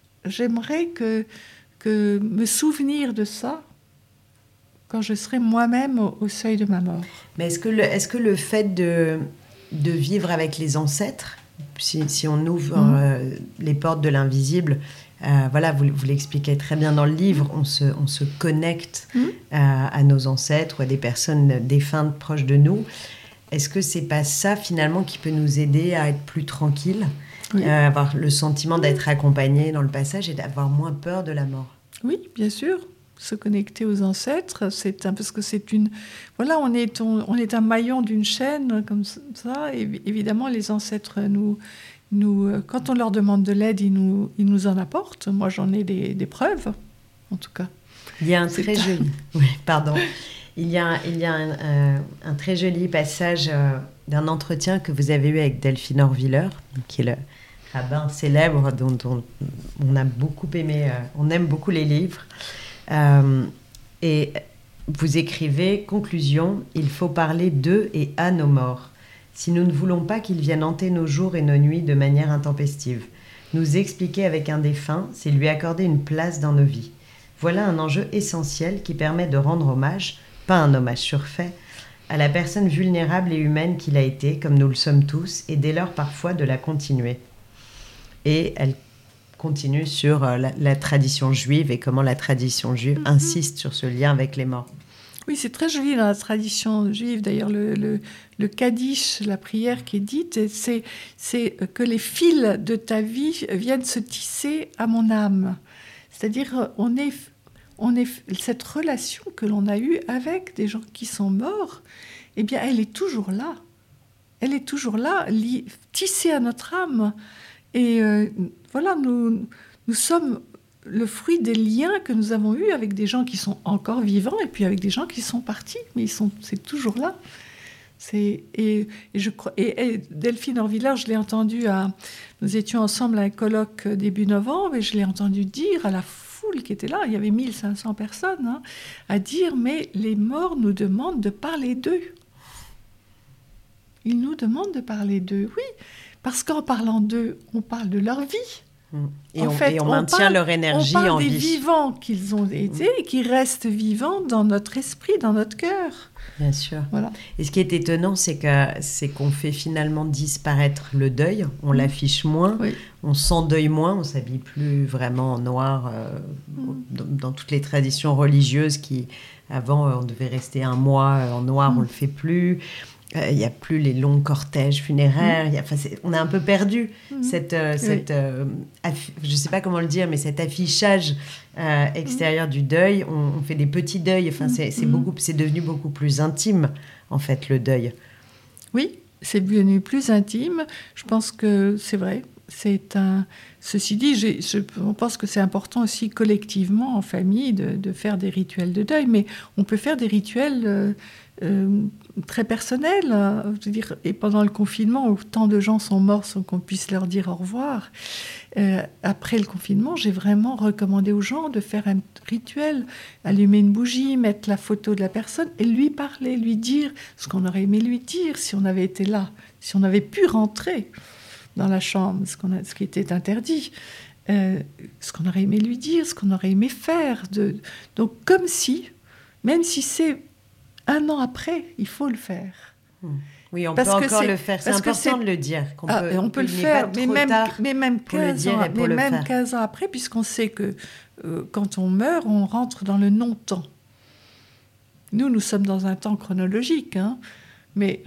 que me souvenir de ça quand je serai moi-même au seuil de ma mort. Mais est-ce que le fait de vivre avec les ancêtres, si on ouvre les portes de l'invisible, voilà, vous l'expliquez très bien dans le livre, on se connecte à nos ancêtres ou à des personnes défuntes proches de nous. Est-ce que c'est pas ça finalement qui peut nous aider à être plus tranquille, avoir le sentiment d'être accompagné dans le passage et d'avoir moins peur de la mort? Oui, bien sûr. Se connecter aux ancêtres, parce que c'est voilà, on est un maillon d'une chaîne comme ça. Et évidemment, les ancêtres quand on leur demande de l'aide, ils nous en apportent. Moi, j'en ai des preuves, en tout cas. Il y a un très joli. Oui, pardon. Il y a un très joli passage d'un entretien que vous avez eu avec Delphine Orviller, qui est le rabbin célèbre dont on a beaucoup aimé. On aime beaucoup les livres. Et vous écrivez, conclusion, il faut parler d'eux et à nos morts. Si nous ne voulons pas qu'ils viennent hanter nos jours et nos nuits de manière intempestive, nous expliquer avec un défunt, c'est lui accorder une place dans nos vies. Voilà un enjeu essentiel qui permet de rendre hommage, pas un hommage surfait, à la personne vulnérable et humaine qu'il a été, comme nous le sommes tous, et dès lors parfois de la continuer. Et elle continue sur la tradition juive et comment la tradition juive insiste sur ce lien avec les morts. Oui, c'est très joli dans la tradition juive. D'ailleurs, le Kaddish, la prière qui est dite, c'est que les fils de ta vie viennent se tisser à mon âme. C'est-à-dire, on est cette relation que l'on a eue avec des gens qui sont morts, eh bien, elle est toujours là. Elle est toujours là, tissée à notre âme. Et voilà, nous sommes le fruit des liens que nous avons eus avec des gens qui sont encore vivants et puis avec des gens qui sont partis, mais c'est toujours là. Et Delphine Orviller, je l'ai entendu nous étions ensemble à un colloque début novembre et je l'ai entendu dire à la foule qui était là, il y avait 1500 personnes, à dire, mais les morts nous demandent de parler d'eux. Ils nous demandent de parler d'eux, oui. Parce qu'en parlant d'eux, on parle de leur vie. Et on maintient leur énergie en vie. On parle des vivants qu'ils ont été et qui restent vivants dans notre esprit, dans notre cœur. Bien sûr. Voilà. Et ce qui est étonnant, c'est qu'on fait finalement disparaître le deuil. On l'affiche moins, on s'endeuille moins, on ne s'habille plus vraiment en noir. Dans toutes les traditions religieuses avant, on devait rester un mois en noir, on ne le fait plus. Il n'y a plus les longs cortèges funéraires. On a un peu perdu je ne sais pas comment le dire, mais cet affichage extérieur du deuil. On fait des petits deuils. C'est devenu beaucoup plus intime, en fait, le deuil. Oui, c'est devenu plus intime. Je pense que c'est vrai. Ceci dit, je pense que c'est important aussi collectivement, en famille, de faire des rituels de deuil, mais on peut faire des rituels très personnels. Je veux dire, et pendant le confinement, où tant de gens sont morts sans qu'on puisse leur dire au revoir, après le confinement, j'ai vraiment recommandé aux gens de faire un rituel, allumer une bougie, mettre la photo de la personne et lui parler, lui dire ce qu'on aurait aimé lui dire si on avait été là, si on avait pu rentrer dans la chambre, ce qui était interdit, ce qu'on aurait aimé lui dire, ce qu'on aurait aimé faire. Donc comme si, même si c'est 1 an après, il faut le faire. Oui, on peut encore le faire. C'est important de le dire. On peut le faire, mais même 15 ans après, puisqu'on sait que quand on meurt, on rentre dans le non-temps. Nous sommes dans un temps chronologique, mais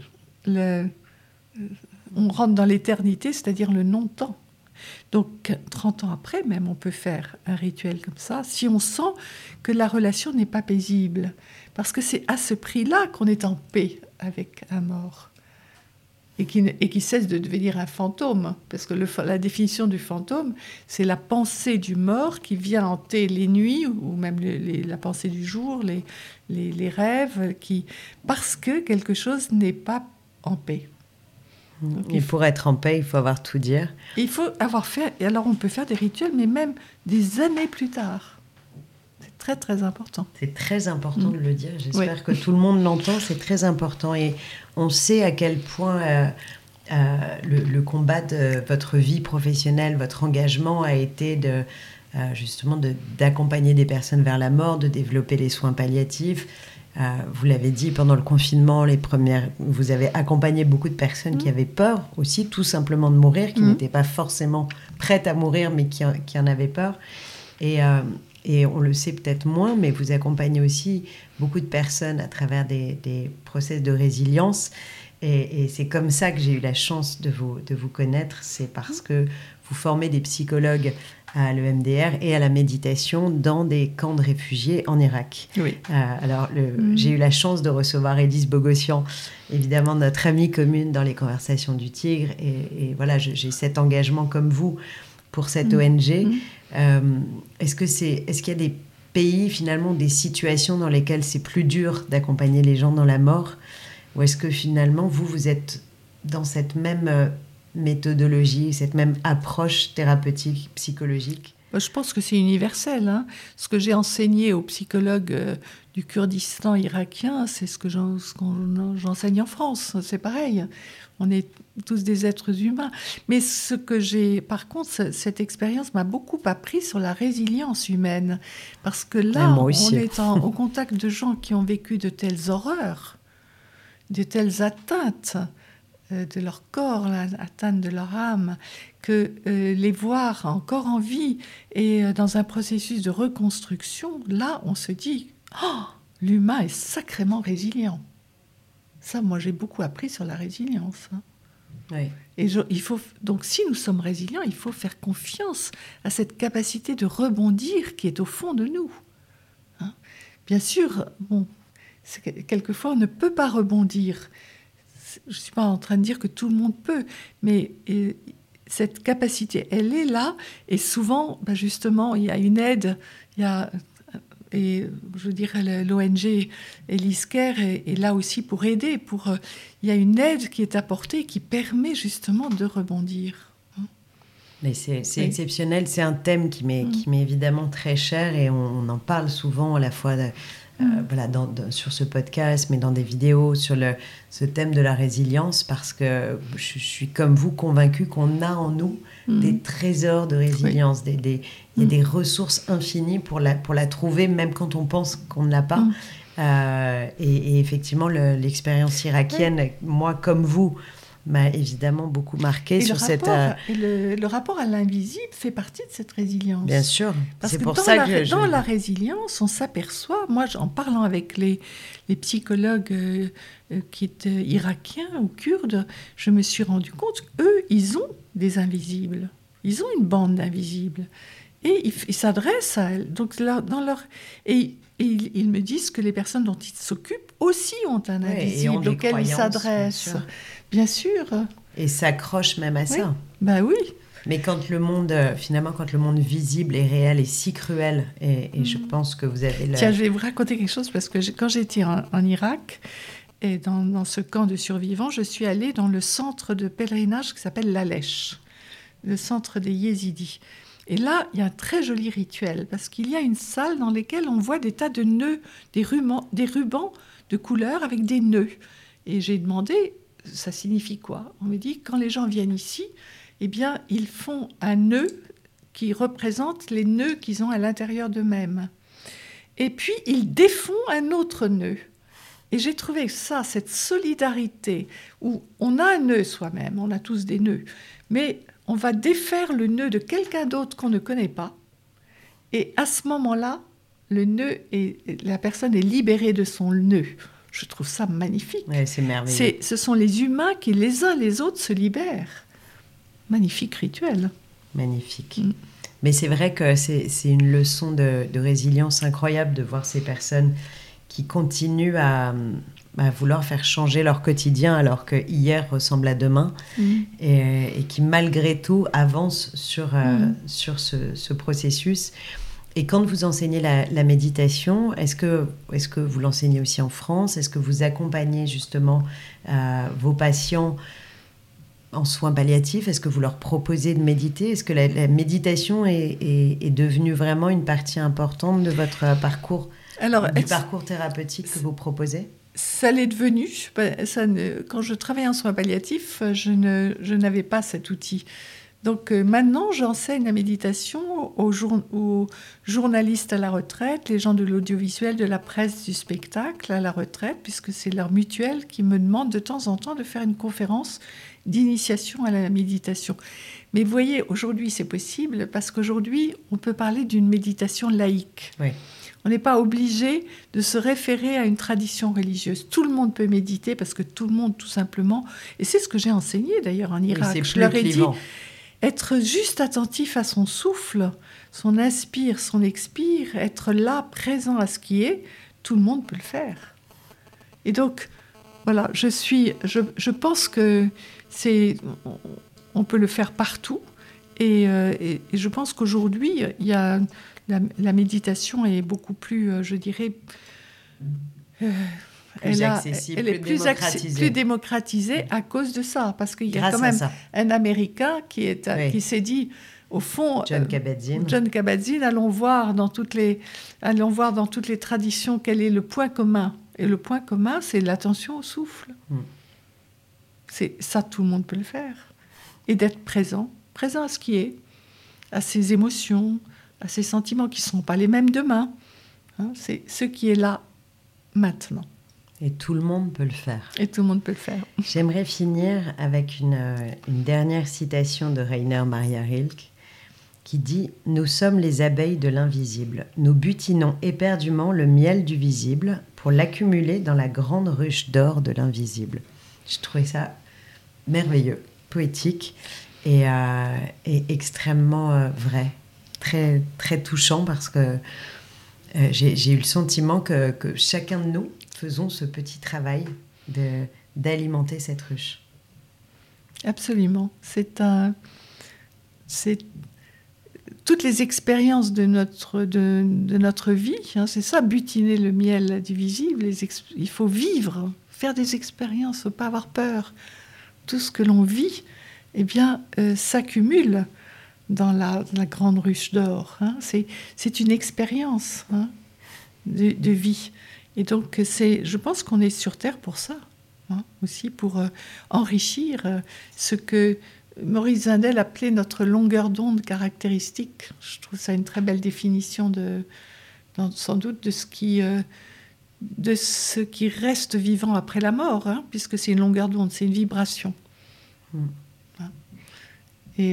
on rentre dans l'éternité, c'est-à-dire le non-temps. Donc, 30 ans après, même, on peut faire un rituel comme ça, si on sent que la relation n'est pas paisible. Parce que c'est à ce prix-là qu'on est en paix avec un mort. Et qui cesse de devenir un fantôme. Parce que la définition du fantôme, c'est la pensée du mort qui vient hanter les nuits, ou même la pensée du jour, les rêves, parce que quelque chose n'est pas en paix. Et pour être en paix, il faut avoir tout dire. Il faut avoir fait... Et alors, on peut faire des rituels, mais même des années plus tard. C'est très, très important. C'est très important de le dire. J'espère que tout le monde l'entend. C'est très important. Et on sait à quel point le combat de votre vie professionnelle, votre engagement a été justement d'accompagner des personnes vers la mort, de développer les soins palliatifs. Vous l'avez dit, pendant le confinement, vous avez accompagné beaucoup de personnes qui avaient peur aussi, tout simplement de mourir, qui n'étaient pas forcément prêtes à mourir, mais qui en avaient peur. Et on le sait peut-être moins, mais vous accompagnez aussi beaucoup de personnes à travers des process de résilience. Et c'est comme ça que j'ai eu la chance de vous connaître. C'est parce que vous formez des psychologues à l'EMDR et à la méditation dans des camps de réfugiés en Irak. Oui. J'ai eu la chance de recevoir Élise Bogossian, évidemment notre amie commune dans les Conversations du Tigre. Et voilà, j'ai cet engagement comme vous pour cette ONG. Est-ce qu'il y a des pays, finalement, des situations dans lesquelles c'est plus dur d'accompagner les gens dans la mort ? Ou est-ce que finalement, vous êtes dans cette même méthodologie, cette même approche thérapeutique, psychologique ? Je pense que c'est universel. Ce que j'ai enseigné aux psychologues du Kurdistan irakien, c'est ce que j'enseigne en France. C'est pareil. On est tous des êtres humains. Mais par contre, cette expérience m'a beaucoup appris sur la résilience humaine. Parce que là, on est au contact de gens qui ont vécu de telles horreurs, de telles atteintes de leur corps, l'atteinte de leur âme, que les voir encore en vie et dans un processus de reconstruction, là, on se dit « l'humain est sacrément résilient ». Ça, moi, j'ai beaucoup appris sur la résilience. Oui. Et donc, si nous sommes résilients, il faut faire confiance à cette capacité de rebondir qui est au fond de nous. Bien sûr, quelquefois, on ne peut pas rebondir. Je ne suis pas en train de dire que tout le monde peut, mais cette capacité, elle est là. Et souvent, justement, il y a une aide. Et je dirais l'ONG Elise Kerr est là aussi pour aider. Il y a une aide qui est apportée qui permet justement de rebondir. Mais c'est exceptionnel. C'est un thème qui m'est évidemment très cher et on en parle souvent à la fois sur ce podcast, mais dans des vidéos sur ce thème de la résilience, parce que je suis comme vous convaincue qu'on a en nous des trésors de résilience, il y a des ressources infinies pour la trouver, même quand on pense qu'on ne l'a pas. Et effectivement, l'expérience irakienne, moi comme vous, m'a évidemment beaucoup marqué sur cette... Le rapport à l'invisible fait partie de cette résilience. Bien sûr. Parce que dans la résilience, on s'aperçoit, moi en parlant avec les psychologues qui étaient irakiens ou kurdes, je me suis rendu compte qu'eux, ils ont des invisibles. Ils ont une bande d'invisibles. Et ils s'adressent à elles. Donc, et ils me disent que les personnes dont ils s'occupent aussi ont un invisible auquel ils s'adressent. Bien sûr. Et s'accrochent même à ça. Ben oui. Mais quand le monde, finalement, quand le monde visible et réel est si cruel, et je pense que vous avez... Tiens, je vais vous raconter quelque chose, parce que quand j'étais en Irak, et dans ce camp de survivants, je suis allée dans le centre de pèlerinage qui s'appelle l'Alèche, le centre des Yézidis. Et là, il y a un très joli rituel, parce qu'il y a une salle dans laquelle on voit des tas de nœuds, des rubans de couleurs avec des nœuds. Et j'ai demandé, ça signifie quoi? On me dit, quand les gens viennent ici, eh bien, ils font un nœud qui représente les nœuds qu'ils ont à l'intérieur d'eux-mêmes. Et puis, ils défont un autre nœud. Et j'ai trouvé ça, cette solidarité, où on a un nœud soi-même, on a tous des nœuds, mais on va défaire le nœud de quelqu'un d'autre qu'on ne connaît pas. Et à ce moment-là, la personne est libérée de son nœud. Je trouve ça magnifique. Ouais, c'est merveilleux. Ce sont les humains qui, les uns les autres, se libèrent. Magnifique rituel. Magnifique. Mais c'est vrai que c'est une leçon de résilience incroyable de voir ces personnes qui continuent à vouloir faire changer leur quotidien alors que hier ressemble à demain et qui malgré tout avancent sur ce processus. Et quand vous enseignez la méditation, est-ce que vous l'enseignez aussi en France? Est-ce que vous accompagnez justement vos patients en soins palliatifs? Est-ce que vous leur proposez de méditer? Est-ce que la méditation est devenue vraiment une partie importante de votre parcours, du parcours thérapeutique que vous proposez? Ça l'est devenu. Quand je travaillais en soins palliatifs, je n'avais pas cet outil. Donc maintenant, j'enseigne la méditation aux journalistes à la retraite, les gens de l'audiovisuel, de la presse, du spectacle à la retraite, puisque c'est leur mutuelle qui me demande de temps en temps de faire une conférence d'initiation à la méditation. Mais vous voyez, aujourd'hui, c'est possible parce qu'aujourd'hui, on peut parler d'une méditation laïque. Oui. On n'est pas obligé de se référer à une tradition religieuse. Tout le monde peut méditer parce que tout le monde, tout simplement... Et c'est ce que j'ai enseigné d'ailleurs en Irak. Oui, je leur ai dit, être juste attentif à son souffle, son inspire, son expire, être là, présent à ce qui est, tout le monde peut le faire. Et donc, voilà, je pense que on peut le faire partout. Et je pense qu'aujourd'hui, il y a... La méditation est beaucoup plus, je dirais... elle est plus démocratisée à cause de ça. Parce qu'il y a quand même un Américain qui s'est dit, au fond... Jon Kabat-Zinn, allons voir dans toutes les traditions quel est le point commun. Et le point commun, c'est l'attention au souffle. Ça, tout le monde peut le faire. Et d'être présent à ce qui est, à ses émotions, à ces sentiments qui ne sont pas les mêmes demain. C'est ce qui est là maintenant. Et tout le monde peut le faire. J'aimerais finir avec une dernière citation de Rainer Maria Rilke qui dit « Nous sommes les abeilles de l'invisible. Nous butinons éperdument le miel du visible pour l'accumuler dans la grande ruche d'or de l'invisible. » Je trouvais ça merveilleux, poétique et extrêmement vrai. Très, très touchant parce que j'ai eu le sentiment que chacun de nous faisons ce petit travail d'alimenter cette ruche. Absolument. C'est toutes les expériences de notre vie, c'est ça, butiner le miel du visible. Il faut vivre, faire des expériences, ne pas avoir peur. Tout ce que l'on vit, eh bien, s'accumule dans la grande ruche d'or. C'est une expérience de vie. Et donc, je pense qu'on est sur Terre pour ça, aussi pour enrichir ce que Maurice Zindel appelait notre longueur d'onde caractéristique. Je trouve ça une très belle définition sans doute de ce qui reste vivant après la mort, puisque c'est une longueur d'onde, c'est une vibration. Et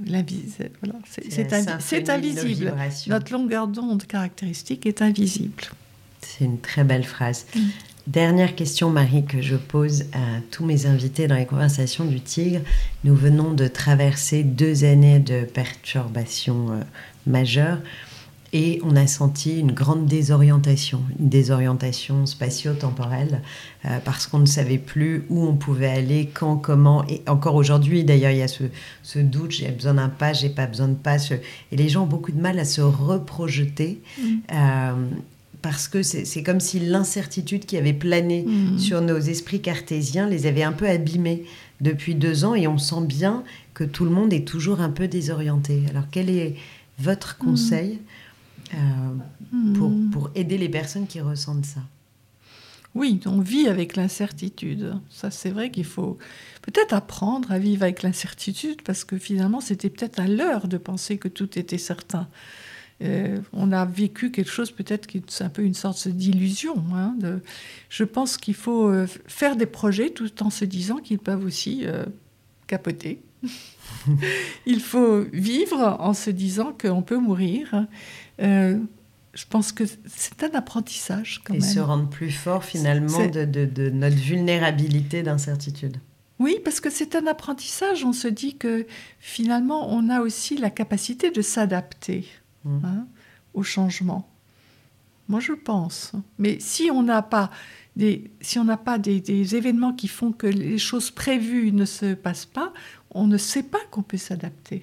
c'est invisible. Notre longueur d'onde caractéristique est invisible. C'est une très belle phrase. Dernière question, Marie, que je pose à tous mes invités dans les conversations du Tigre. Nous venons de traverser 2 années de perturbations majeures. Et on a senti une grande une désorientation spatio-temporelle, parce qu'on ne savait plus où on pouvait aller, quand, comment. Et encore aujourd'hui, d'ailleurs, il y a ce doute, j'ai besoin d'un pass, j'ai pas besoin de pass. Et les gens ont beaucoup de mal à se reprojeter, parce que c'est comme si l'incertitude qui avait plané sur nos esprits cartésiens les avait un peu abîmés depuis 2 ans, et on sent bien que tout le monde est toujours un peu désorienté. Alors, quel est votre conseil pour aider les personnes qui ressentent ça? Oui, on vit avec l'incertitude. Ça, c'est vrai qu'il faut peut-être apprendre à vivre avec l'incertitude, parce que finalement, c'était peut-être un leurre de penser que tout était certain. On a vécu quelque chose peut-être qui est un peu une sorte d'illusion. Je pense qu'il faut faire des projets tout en se disant qu'ils peuvent aussi capoter. Il faut vivre en se disant qu'on peut mourir. Je pense que c'est un apprentissage quand même. Et se rendre plus fort finalement de notre vulnérabilité d'incertitude. Oui, parce que c'est un apprentissage. On se dit que finalement, on a aussi la capacité de s'adapter au changement. Moi, je pense. Mais si on n'a pas des événements qui font que les choses prévues ne se passent pas, on ne sait pas qu'on peut s'adapter.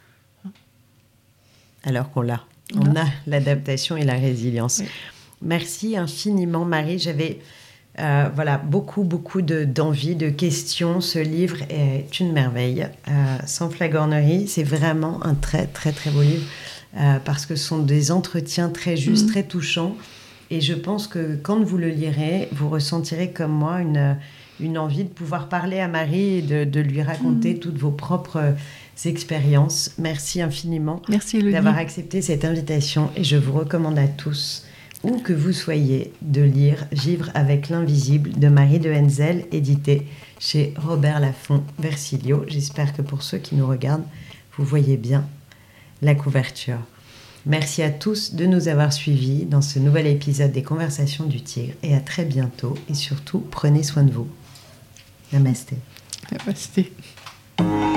Alors qu'on l'a. On a l'adaptation et la résilience. Oui. Merci infiniment, Marie. J'avais beaucoup d'envie, de questions. Ce livre est une merveille. Sans flagornerie, c'est vraiment un très, très, très beau livre, parce que ce sont des entretiens très justes, très touchants. Et je pense que quand vous le lirez, vous ressentirez comme moi une envie de pouvoir parler à Marie et de lui raconter toutes vos propres expériences. Merci infiniment d'avoir accepté cette invitation, et je vous recommande à tous, où que vous soyez, de lire Vivre avec l'invisible de Marie de Henzel, édité chez Robert Laffont Versilio. J'espère que pour ceux qui nous regardent, vous voyez bien la couverture. Merci à tous de nous avoir suivis dans ce nouvel épisode des Conversations du Tigre, et à très bientôt, et surtout prenez soin de vous. Namasté. Namasté.